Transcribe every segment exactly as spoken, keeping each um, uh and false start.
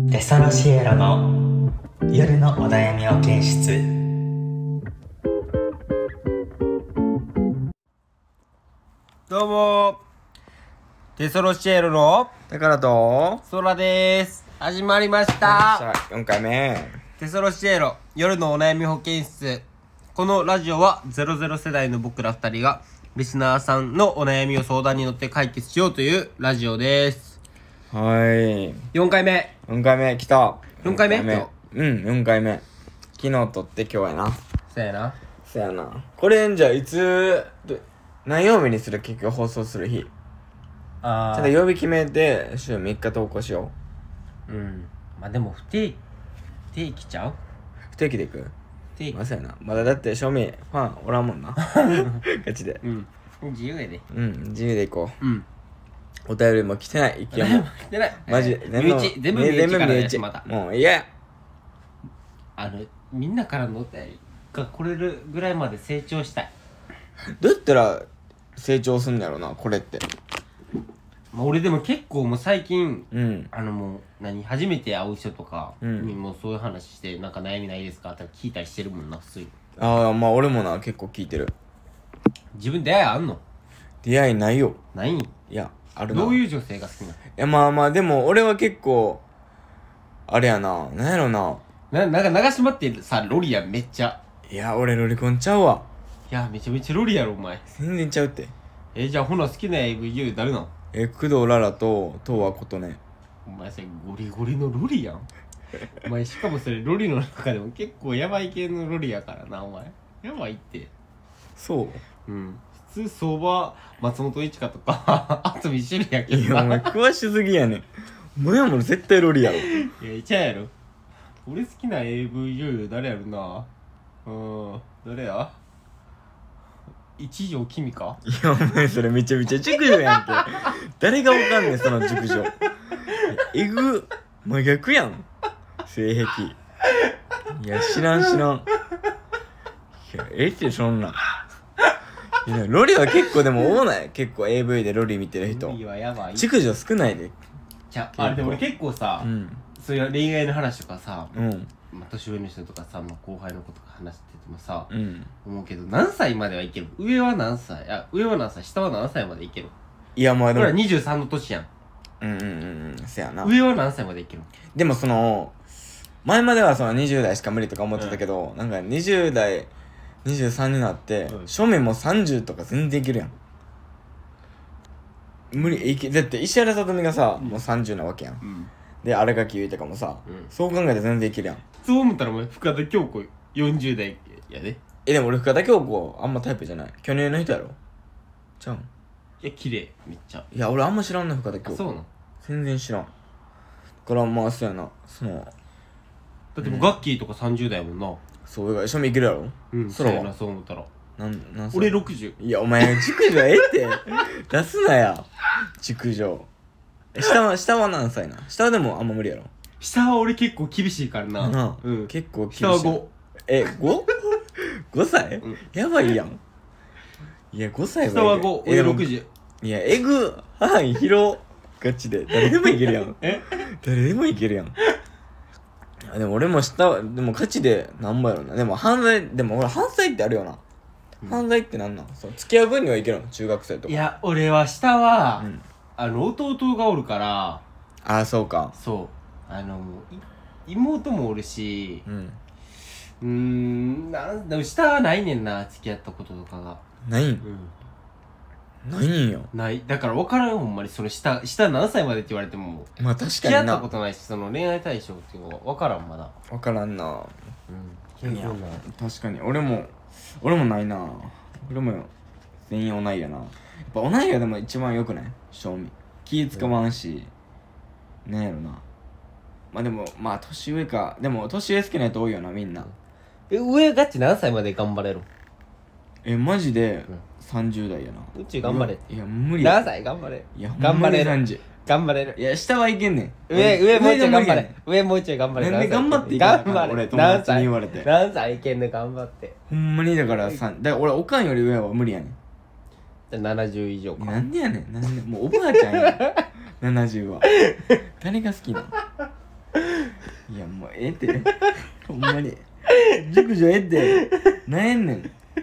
テソロシエロの夜のお悩みを検出。 どうもテソロシエロのだからとソラでーす。始まりましたさあよんかいめ。 テソロシエロ夜のお悩み保健室。このラジオはゼロゼロ世代の僕らふたりがリスナーさんのお悩みを相談に乗って解決しようというラジオです。 はいよんかいめ。 よんかいめ来た。 よんかいめよんかうんよんかいめ。昨日撮って今日やな。 そうやな。 そやな。これじゃあいつど何曜日にする？結局放送する日あちょっと曜日決めて週みっか投稿しようんまあでも不定不定期ちゃうう。不定期でいく？ 不定期まあそうやな。まだだって正味ファンおらんもんなガチで。 うん自由やで。 うん自由でいこうんう。お便りも来てない。一件も出ないマジで身内全部身内から全部身内ねまたもう嫌や。 あのみんなからのお便りが来れるぐらいまで成長したい。 どうやったら成長すんのやろなこれって。 まあ、俺でも結構もう最近うんあのもう何初めて会う人とかうんにもうそういう話してなんか悩みないですかって聞いたりしてるもんな普通に。 ああまあ俺もな結構聞いてる。 自分出会いあんの？ 出会いないよ。 ないん？ いやあるな。 どういう女性が好きなの？ いやまあまあでも俺は結構あれやな。なんやろな。 ななんか長島ってさロリやんめっちゃ。 いや俺ロリコンちゃうわ。 いやめちゃめちゃロリやろお前。 全然ちゃうって。 えじゃあほな好きな エーブイ 優誰なん？ え工藤ララと東和琴音。 お前それゴリゴリのロリやんお前しかもそれロリの中でも結構ヤバい系のロリやからなお前。ヤバいって。 そううん普通相場松本一花とかあと一種類やけどいやお前詳しすぎやねん。お前はもう絶対ロリやろ。 いやいちゃうやろ。俺好きな エーブイ 女優誰やろな。うん誰や一条君か。 いやお前それめちゃめちゃ熟女やんけ。誰がわかんねんその熟女。えぐ真逆やん性癖。いや知らん知らん。いやええってそんなん。いやロリは結構でも多ない。結構 エーブイ でロリ見てる人ロリはやばい。 熟女少ないで。 じゃあれでも俺結構さ、 うんそういう恋愛の話とかさ、 うんまあ、年上の人とかさ、まあ、後輩の子とか話しててもさ、 うん思うけど何歳まではいける？上は何歳？いや上は何歳下は何歳までいける？ いやまあでも俺らにじゅうさんの年やん。 うんうんうんうんせやな。 上は何歳までいける？ でもその前まではそのにじゅう代しか無理とか思ってたけど、なんかにじゅう代にじゅうさんになって、 うん正面もさんじゅうとか全然いけるやん。無理いけだって石原さとみがさ、もうさんじゅうなわけやん。 うんで新垣結衣とかもさ、 うんそう考えたら全然いけるやん。 そう思ったらお前深田恭子よんじゅう代やで。 えでも俺深田恭子あんまタイプじゃない。去年の人やろちゃうん。 いや綺麗めっちゃ。 いや俺あんま知らんね深田あ恭子。 そうなん？ 全然知らん。だからまあそうやな。そのだってもうガッキーとかさんじゅう代やもんな。 そうが一緒にいけるやろ。 うんそらはそうやなそう思ったらなんなんそ俺れろくじゅう。 いやお前熟女ええって出すなや熟女。え下は下は何歳な。下はでもあんま無理やろ。 下は俺結構厳しいからな。 なあ、 うん結構厳しい。 下はご。 え ご?ご 歳、 うんやばいやん。いやごさい下はご俺えでもろくじゅう。 いやえぐ範囲広ガチで誰でもいけるやんえ誰でもいけるやん。あでも俺も下はでもガチでなんぼやろな。でも犯罪でも俺犯罪ってあるよな、うん、犯罪ってなんなんそう付き合う分にはいけるの中学生とか。 いや俺は下は、 うん、 あの弟がおるからああそうか。 そうあのもうい妹もおるしうんうーんなんでも下はないねんな付き合ったこととかが。 ないんうんないんよ。 ないだから分からんほんまにその下下何歳までって言われてもまあ確付き合ったかになことないしその恋愛対象っていうのは分からんまだ。 分からんな。 うんいや確かに俺も俺もないな。俺も全員同いやな。やっぱ同いがでも一番良くない正味気使わんし、うん、なんやろな。まあでもまあ年上か。でも年上好きな人多いよなみんな。 え上ガチ何歳まで頑張れる？ えマジでさんじゅう代やな。 うち頑張れ。 いや無理や。 何歳頑張れ。 いや頑張れるさんじゅう。 頑張れる。 いや下はいけんねん。 上上もうちょい頑張れが無理やね。 上もうちょい頑張れ。 なんで頑張っていかなあかんの頑張れ。 俺友達に言われて何歳いけんね頑張って。 ほんまにだからさだから俺おかんより上は無理やねん。 じゃあななじゅう以上か。 なんでやねん。なんでもうおばあちゃんやんななじゅうは誰が好きなの。 いやもうええってほんまに熟女ええってなんやんねん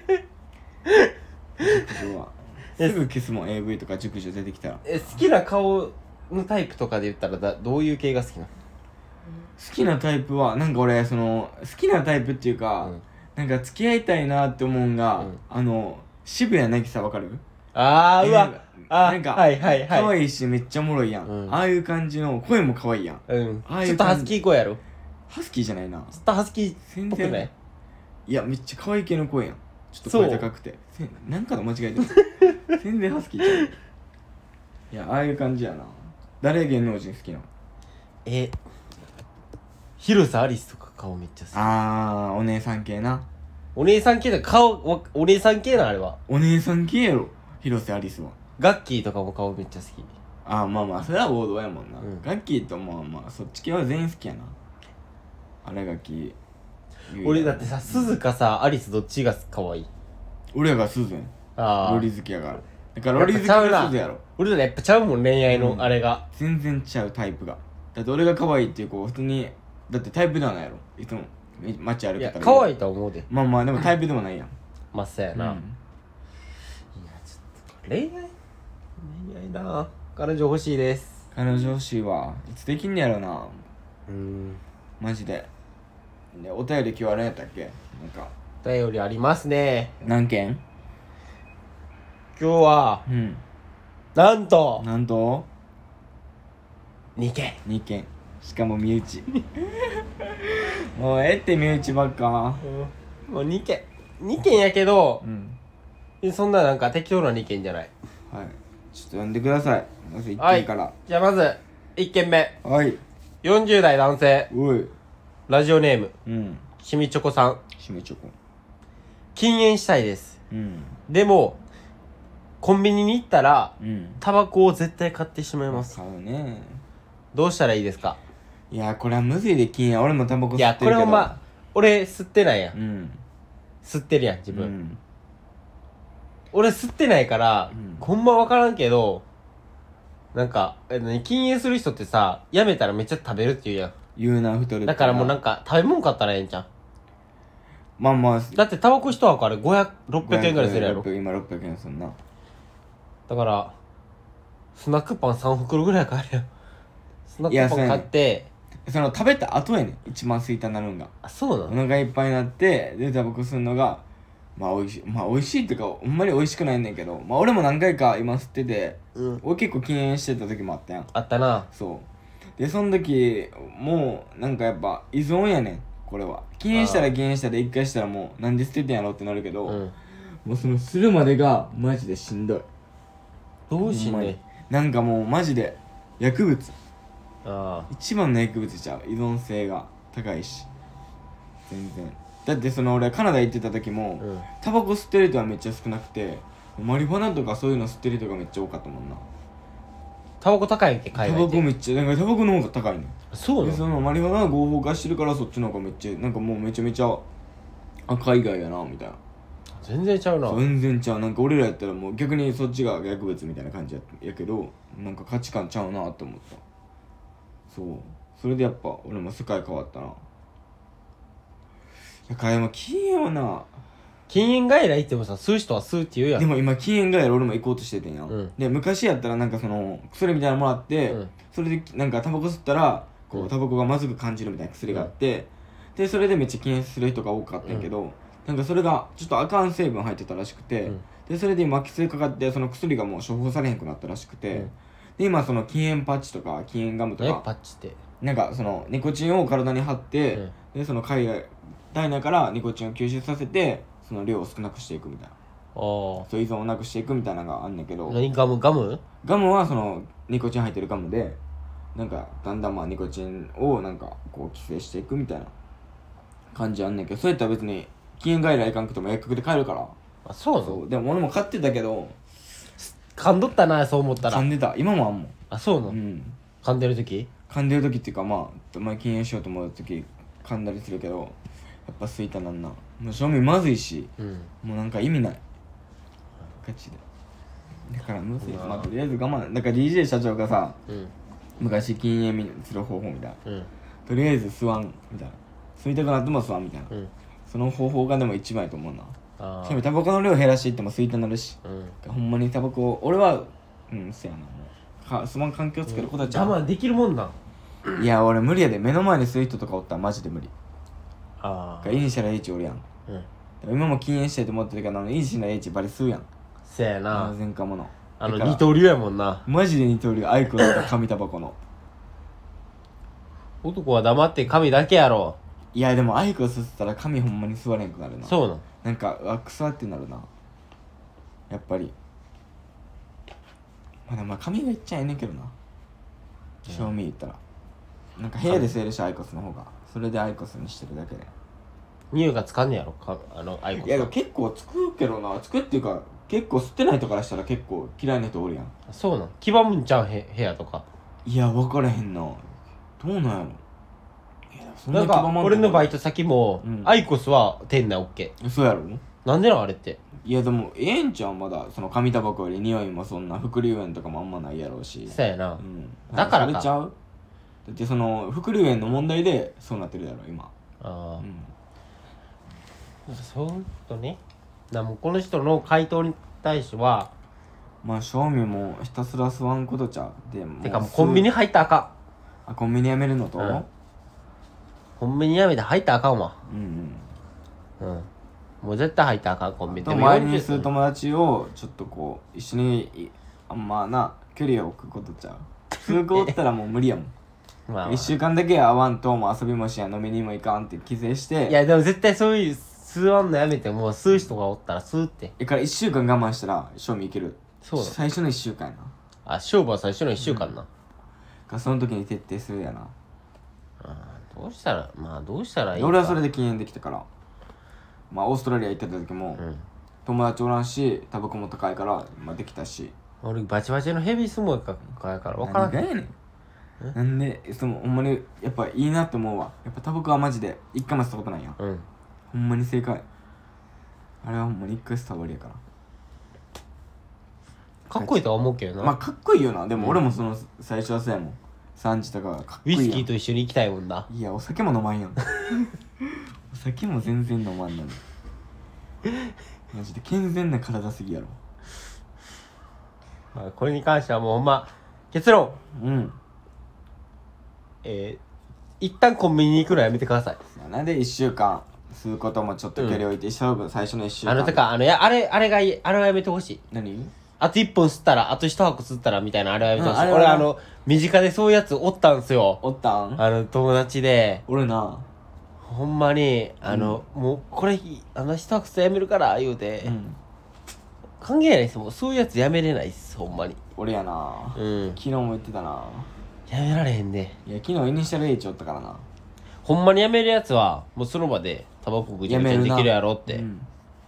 熟女はすぐ消すもん エーブイ とか熟女出てきたら。 え好きな顔のタイプとかで言ったらだどういう系が好きなの？ 好きなタイプはなんか俺その好きなタイプっていうか、うん、なんか付き合いたいなって思うんが、うん、あの渋谷凪沙わかる？ あー、えー、うわあなんかはいはいはい可愛いしめっちゃおもろいやん、うん、ああいう感じの声も可愛いやん、 うん、 ああいうちょっとハスキー声やろ。 ハスキーじゃないな、 ちょっとハスキーっぽくない？ いやめっちゃ可愛い系の声やん。ちょっと声高くてなんかの間違えてる全然ハスキーちゃう。いやああいう感じやな。誰芸能人好きなの？ え広瀬アリスとか顔めっちゃ好き。 あーお姉さん系な。 お姉さん系だ顔お姉さん系なあれは。 お姉さん系やろ広瀬アリスは。 ガッキーとかも顔めっちゃ好き。 あーまあまあそれは王道やもんな、 うん、 ガッキーとまあまあそっち系は全員好きやな。あれガッキー俺だってさ鈴かさアリスどっちが可愛い？ 俺らが鈴やん。 あロリ好きやから。だからロリ好きが鈴やろ。 俺らやっぱちゃうもん恋愛のあれが、 うん、全然ちゃうタイプが。だって俺が可愛いっていう子普通にだってタイプではないやろいつも街歩いてたら。いや可愛いと思うで。 まあまあでもタイプでもないやんまあそうやな、うん、いやちょっと恋愛恋愛な彼女欲しいです。 彼女欲しいわ。いつできんねやろな。 うーんマジで。でお便り今日あれやったっけ？なんかお便りありますね。 何件？ 今日はうんなんとなんとにけんにけん。しかも身内もうええって身内ばっか、 うん、もうにけんにけんやけど、 うん、 そんななんか適当なにけんじゃない。 はい、ちょっと読んでください。まずいっけんから、はい、 じゃあまずいっけんめ。 はい。 よんじゅう代男性。 おい。 ラジオネーム、 うん、 しみチョコさん。 しみチョコ。 禁煙したいです、 うん、 でもコンビニに行ったら、 うん、 タバコを絶対買ってしまいます。 買うね。 どうしたらいいですか？ いやこれはむずいで禁煙。俺もタバコ吸ってるけど。 いやこれはまあ俺吸ってないやん、 うん、 吸ってるやん自分、 うん、 俺吸ってないから、うん、ほんま分からんけどなんか禁煙する人ってさやめたらめっちゃ食べるって言うやん。 言うな太る。 だからもうなんか食べ物買ったらええんちゃう？ まあまあだってタバコ一箱あれごひゃく、ろっぴゃくえんぐらいするやろ。 今ろっぴゃくえんすんな。 だからスナックパンさん袋ぐらい買えるよ。スナックパン買ってその食べた後やねん一番スイーターになるんが。 あそうなの？ お腹いっぱいになってでタバコ吸うのがまあ美味しい。まあ美味しいっていうかほんまに美味しくないねんけど、まあ俺も何回か今吸ってて、うん、俺結構禁煙してた時もあったやん。 あったな。 そうでその時もうなんかやっぱ依存やねんこれは。禁煙したら禁煙したら一回したらもうなんで捨ててんやろってなるけど、うん、もうそのするまでがマジでしんどい。 どうしんどい？ なんかもうマジで薬物。 あ一番の薬物ちゃう。依存性が高いし全然。だってその俺カナダ行ってた時も、うん、タバコ吸ってる人はめっちゃ少なくてマリファナとかそういうの吸ってる人がめっちゃ多かったもんな。 タバコ高いんけ海外って。 タバコめっちゃなんかタバコの方が高いねん。 そうなの？ でそのマリファナが合法化してるからそっちの方がめっちゃなんかもうめちゃめちゃあ海外やなみたいな。 全然ちゃうな。 全然ちゃう。なんか俺らやったらもう逆にそっちが薬物みたいな感じややけどなんか価値観ちゃうなって思った。そうそれでやっぱ俺も世界変わったな。いやかやま禁煙はな禁煙外来行ってもさ吸う人は吸うって言うやん。 でも今禁煙外来俺も行こうとしててんや、うん、で昔やったらなんかその薬みたいなのもらって、うん、それでなんかタバコ吸ったらこうタバコがまずく感じるみたいな薬があって、うん、でそれでめっちゃ禁煙する人が多かったんやけど、うん、なんかそれがちょっとあかん成分入ってたらしくて、うん、でそれで今規制かかってその薬がもう処方されへんくなったらしくて、うん、で今その禁煙パッチとか禁煙ガムとかパッチってなんかそのニコチンを体に貼って、うん、でその海外体内からニコチンを吸収させてその量を少なくしていくみたいな。あそう依存をなくしていくみたいなのがあんねんけど。 何ガムガムガムはそのニコチン入ってるガムでなんかだんだんまあニコチンをなんかこう規制していくみたいな感じあんねんけど、そうやったら別に禁煙外来行かんくても薬局で買えるから。 あそうなの？ そうでも俺も買ってたけど噛んどったなそう思ったら。 噛んでた。今もあんもん。 あそうなの？ うん噛んでる時噛んでる時っていうかまあ前禁煙しようと思う時噛んだりするけどやっぱ吸いたなんな。もう正味まずいし、うん、もうなんか意味ないガチで。だからむずい。まあとりあえず我慢。だから ディージェー 社長がさ、うん、昔禁煙する方法みたいな、うん、 とりあえず吸わんみたいな、吸いたくなっても吸わんみたいな、 うんその方法がでも一番やと思うな。 あしかもタバコの量減らしていっても吸いたなるし、 うんほんまにタバコを俺はうんせやなもうか吸わん環境つけることはちゃう、 我慢できるもんなんいや俺無理やで、目の前に吸う人とかおったらマジで無理。 あイニシャル H おるやん、 うんでも今も禁煙したいと思ってるけど、あのイニシャル H バリ吸うやん、 せやな前科者あのだから二刀流やもんなマジで二刀流、アイコスと紙タバコの男は黙って髪だけやろいやでもアイコス吸ったら髪ほんまに吸われんくなるな。 そうなんなんかうわ臭ってなるなやっぱり。まあでもまあ髪がいっちゃええねんけどな、賞味言ったらなんか部屋で吸えるしアイコスの方が、それでアイコスにしてるだけで。 匂いがつかんねやろかあのアイコスいやでも結構つくけどな、つくっていうか結構吸ってない人からしたら結構嫌いな人おるやん。 そうなん黄ばむんちゃうへ部屋とかいや分からへんな、どうなんやろ。いやそなんか俺のバイトト先も、 うんアイコスは店内オッケそうやろ。 ーなんでなんあれっていやでもええんちゃう、まだその紙タバコより匂いもそんな副流煙とかもあんまないやろうし。 そうやな、 うんだからかそれちゃう。だってその副流煙の問題でそうなってるやろ今。 ああ、 うんそういうことね。だからもうこの人の回答に対してはまあ正味もひたすら吸わんことちゃう。でもてかもうコンビニ入ったらあかあコンビニやめるのと、 うんんコンビニやめて入ったらあかんわうんうんうんもう絶対入ったらあかんコンビニとでも周りに吸うよんじゅう友達をちょっとこう一緒にいあんまな距離を置くことちゃう。吸う子おったらもう無理やもん。 まあ、まあ、 一週間だけ会わんともう遊びもしや飲みにも行かんって規制していやでも絶対そういう吸わんのやめてもう吸う人がおったら吸うってだから一週間我慢したら賞味いける。 そうだ最初の一週間やな。 あ勝負は最初のいっしゅうかんな、 がその時に徹底するやな。 あーどうしたらまあどうしたらいいか俺はそれで禁煙できたから、まあオーストラリア行ってた時も、 うん友達おらんしタバコも高いから、まあ、できたし。 俺バチバチのヘビースモーカーやから分からん何がやねん。なんでそのほんまにやっぱいいなって思うわ。やっぱタバコはマジで一回も吸ったことないやん。 うんほんまに正解。あれはほんまに一回吸ったら終わりやから。 かっこいいとは思うけどな、 まあかっこいいよな。でも俺もその最初はそうやもん。さんじとかがかっこウいいやん。 イスキーと一緒に行きたいもんないやお酒も飲まんやん。お酒も全然飲まんのに。マジで健全な体すぎやろ。 まあこれに関してはもうほんま結論うんえー、一旦コンビニに行くのやめてくださいなんでいっしゅうかん吸うこともちょっと距離置いて、勝負最初のいっしゅうかんあのてかあのやあれあれがいいあれはやめてほしい何あと一本吸ったらあと一箱吸ったらみたいなあれはやめてほしい、 うんあれはな俺あの身近でそういうやつおったんすよおったんあの友達で俺なほんまにあの、もうこれあの一箱吸やめるから言うて、 うん関係ないですもうそういうやつやめれないっすほんまに俺やな、 うん昨日も言ってたな。 やめられへんでいや昨日イニシャル H おったからな。 ほんまにやめるやつはもうその場でタバコぐちゃぐちゃにできるやろってうん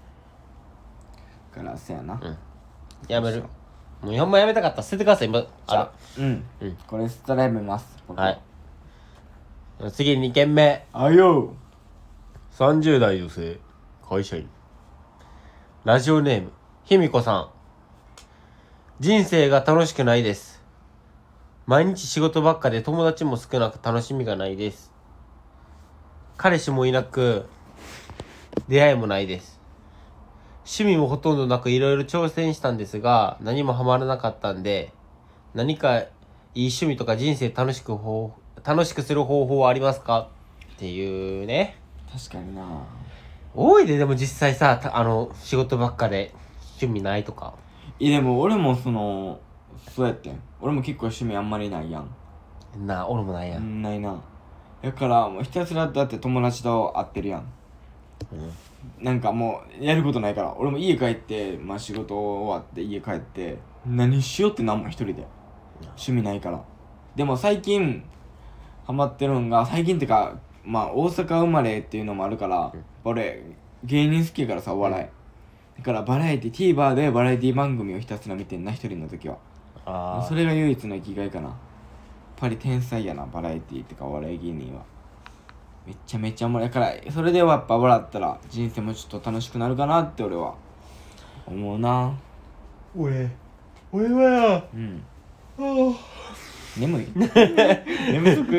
からせやな、 うんやめるもうほんまやめたかったら捨ててください今じゃあうん、 うんこれ吸ったらやめます僕はい次に軒目あよさんじゅう代女性会社員ラジオネームひみこさん人生が楽しくないです毎日仕事ばっかで友達も少なく楽しみがないです彼氏もいなく出会いもないです趣味もほとんどなくいろいろ挑戦したんですが何もハマらなかったんで何かいい趣味とか人生楽しく方楽しくする方法はありますかっていうね確かにな。 多いででも実際さたあの仕事ばっかで趣味ないとかいやでも俺もそのそうやってん。俺も結構趣味あんまりないやん。 なあ俺もないやん、 うんないな。だからもうひたすらだって友達と会ってるやん。 うんなんかもうやることないから俺も家帰ってまあ仕事終わって家帰って何しようってなんも一人で趣味ないから。でも最近ハマってるんが最近ってかまあ大阪生まれっていうのもあるから俺芸人好きやからさお笑いだからバラエティ TVer でバラエティ番組をひたすら見てんな一人の時は。 あそれが唯一の生きがいかな。やっぱり天才やなバラエティってかお笑い芸人はめちゃめちゃおもろいからそれではやっぱ笑ったら人生もちょっと楽しくなるかなって俺は思うな。 俺俺はうんあ眠い眠そく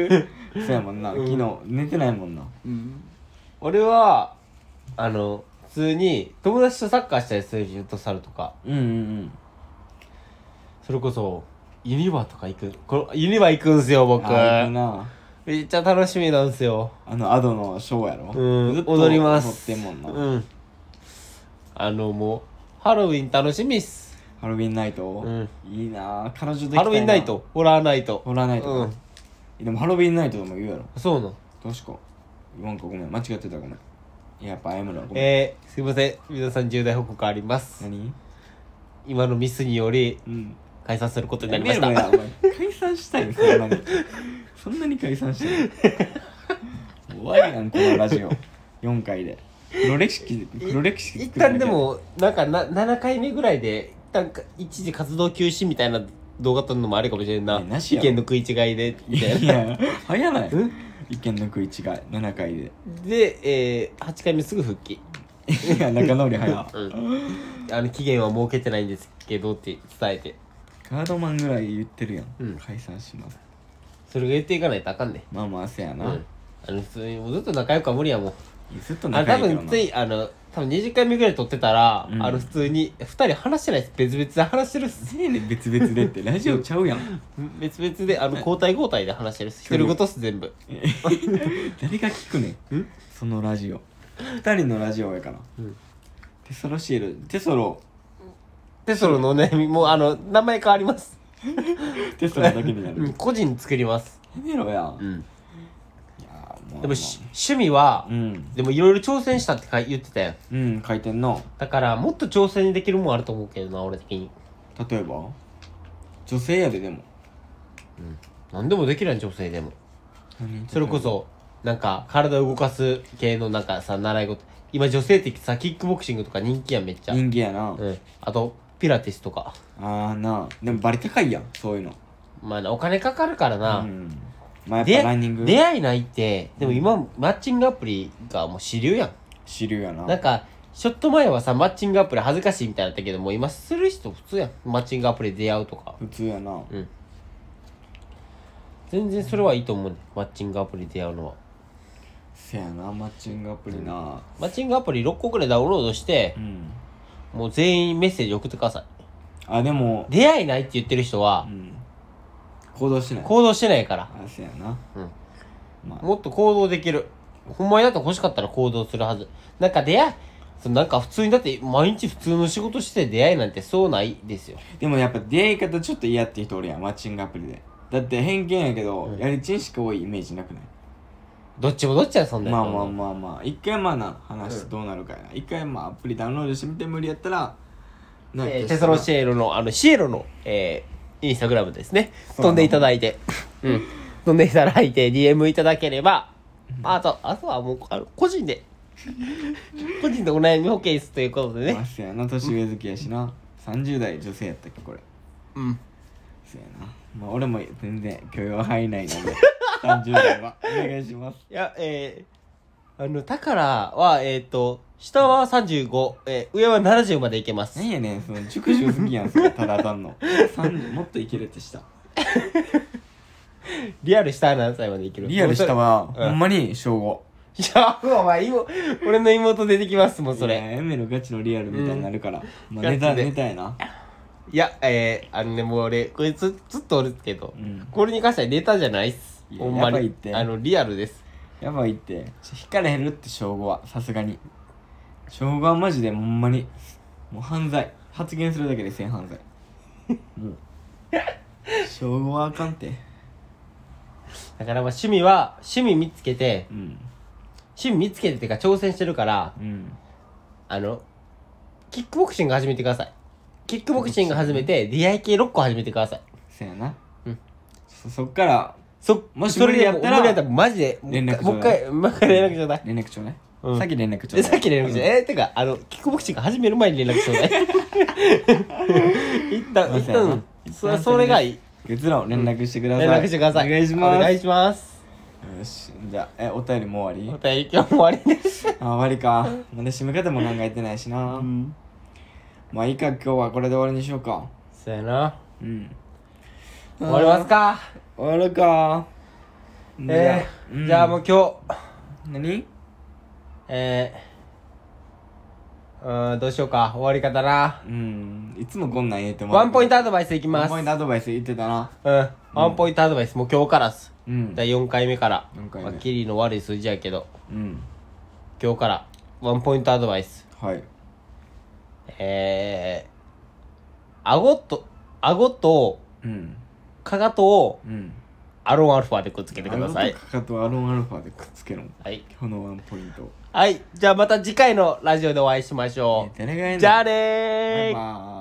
そうやもんな、 うん昨日寝てないもんな。 うん俺はあの普通に友達とサッカーしたりするフットサルとかうんうんうんそれこそユニバとか行くこれユニバ行くんすよ僕あー行くな。 めっちゃ楽しみなんすよあのアドのショーやろ。 うんずっと踊ります踊ってんもんな、 うんあのもうハロウィン楽しみっすハロウィンナイト、 うんいいな彼女できたいな。 ハロウィンナイトホラーナイトホラーナイトか、 うんでもハロウィンナイトでも言うやろ。 そうなん確か言わんか、ごめん間違ってたらごめん。いややっぱ謝るわ、ごめん。 えー、すいません皆さん重大報告あります何？ 今のミスによりうん解散することになやりましためろやお前解散したいのそんなにそんなに解散したいの終わりやんこのラジオよんかいで黒歴史黒歴史一旦でもなんかなななかいめぐらいで一旦か一時活動休止みたいな動画撮るのもあるかもしれんないやなしやろ意見の食い違いでみたいいなや早ないうん意見の食い違いななかいでで、えー、はちかいめすぐ復帰いや仲直り早うんあの期限は設けてないんですけどって伝えてガードマンぐらい言ってるやん、 うん解散します。 それが言っていかないとあかんねまあまあせやな、 うんあの普通にもうずっと仲良くは無理やもんずっとあ多仲いいけどな。 分ついあの多分にじゅっかいめぐらい撮ってたら、 うんあの普通にふたり話してないです別々で話してるっすせえねん別々でってラジオちゃうやん別々であの交代交代で話してるっす独り言っす全部誰が聞くねんんそのラジオ二人のラジオやから、 うんテソロシエルテソロテソロのお悩みもうあの名前変わりますテソロだけになる、 うん個人作りますやめろや、いうんやもうでもし趣味はうんでもいろいろ挑戦したってか言ってたやんうん書いてんな。 だからもっと挑戦できるもんあると思うけどな俺的に例えば女性やででも何でもできるやん女性でも何それこそなんか体を動かす系のなんかさ習い事今女性ってさキックボクシングとか人気やんめっちゃ人気やな、 うんあとピラティスとかああなでもバリ高いやんそういうのまあなお金かかるからな、 うんまあやっでぱランニング出会いないってでも今、マッチングアプリがもう主流やん主流やななんかちょっと前はさマッチングアプリ恥ずかしいみたいだったけどもう今する人普通やんマッチングアプリで出会うとか普通やなうん全然それはいいと思うねマッチングアプリで出会うのはせやなマッチングアプリなマッチングアプリろっこくらいダウンロードしてうんもう全員メッセージ送ってくださいあでも出会いないって言ってる人はうん行動しない行動してないからあせやなうんまあもっと行動できるほんまにだって欲しかったら行動するはずなんか出会いそのなんか普通にだって毎日普通の仕事して出会いなんてそうないですよでもやっぱ出会い方ちょっと嫌っていう人おるやんマッチングアプリでだって偏見やけど、 うんやりちんしか多いイメージなくないどっちもどっちやそんなまあまあまあまあ一回まあな話してどうなるかやな、一回まあアプリダウンロードしてみて無理やったらなえーテソロシエロのあのシエロの、えー、インスタグラムですね飛んでいただいてうん飛んでいただいて ディーエム いただければあとあとはもうあの個人で個人でお悩み保健室ということでねまあせやな年上好きやしなさんじゅう代女性やったっけこれうんせやなまあ俺も全然許容範囲内なのでさんじゅう代はお願いしますいやえー、あの宝はえっ、ー、と下はさんじゅうご、えー、上はななじゅうまでいけますなんやねんその熟女好きやんそれただ単のさんじゅうもっといけるってしたリアル下は何歳までいけるリアル下は、 うんほんまに小ごいやお前妹俺の妹出てきますもんそいやれエメのガチのリアルみたいになるから、まあ、ネタガチでネタやないやえー、あのねもう俺これずずっとおるけど、 うんこれに関してはネタじゃないっすいやほんまにやばいってあのリアルですやばいってちょ引かれへんるって小ごはさすがに小ごはマジでほんまにもう犯罪発言するだけで性犯罪もう小ごはあかんてだからまあ趣味は趣味見つけてうん趣味見つけてっていうか挑戦してるからうんあのキックボクシング始めてくださいキックボクシング始めて出会い系ろっこ始めてくださいそやなうんそそっからそもしそれで無理やったら無理やったらマジでもう一回連絡ちょうだいもう一回もう一回連絡ちょうだい連絡ちょうだい、 うんさっき連絡ちょうだいでさっき連絡ちょうだいえー、てかあのキックボクシング始める前に連絡ちょうだい一旦一旦そそれがいい結論連絡してください、 連絡してくださいお願いしますお願いしますよしじゃあえお便りもう終わお便り今日も終わりですりあ終わりかまだ締め方も考えてないしな、 うんまあいいか今日はこれで終わりにしようかそうやなうん終わりますか終わるかえー、じゃあもう今日何えー、うーんどうしようか終わり方な。 うんいつもこんなん言えてもワンポイントアドドバイスいきます。 ワンポイントアドバイス言ってたな。 うんワンポイントアドバイスもう今日からっす。 うんだいよんかいめからよんかいめまあ、キリの悪い数字やけどうん今日からワンポイントアドバイス。 はいえー、顎と顎とうんかかとをうんアロンアルファでくっつけてください。 顎とかかとアロンアルファでくっつけるのはい今日のワンポイントはいじゃあまた次回のラジオでお会いしましょう。 誰がやんのじゃあねバイーバーイ。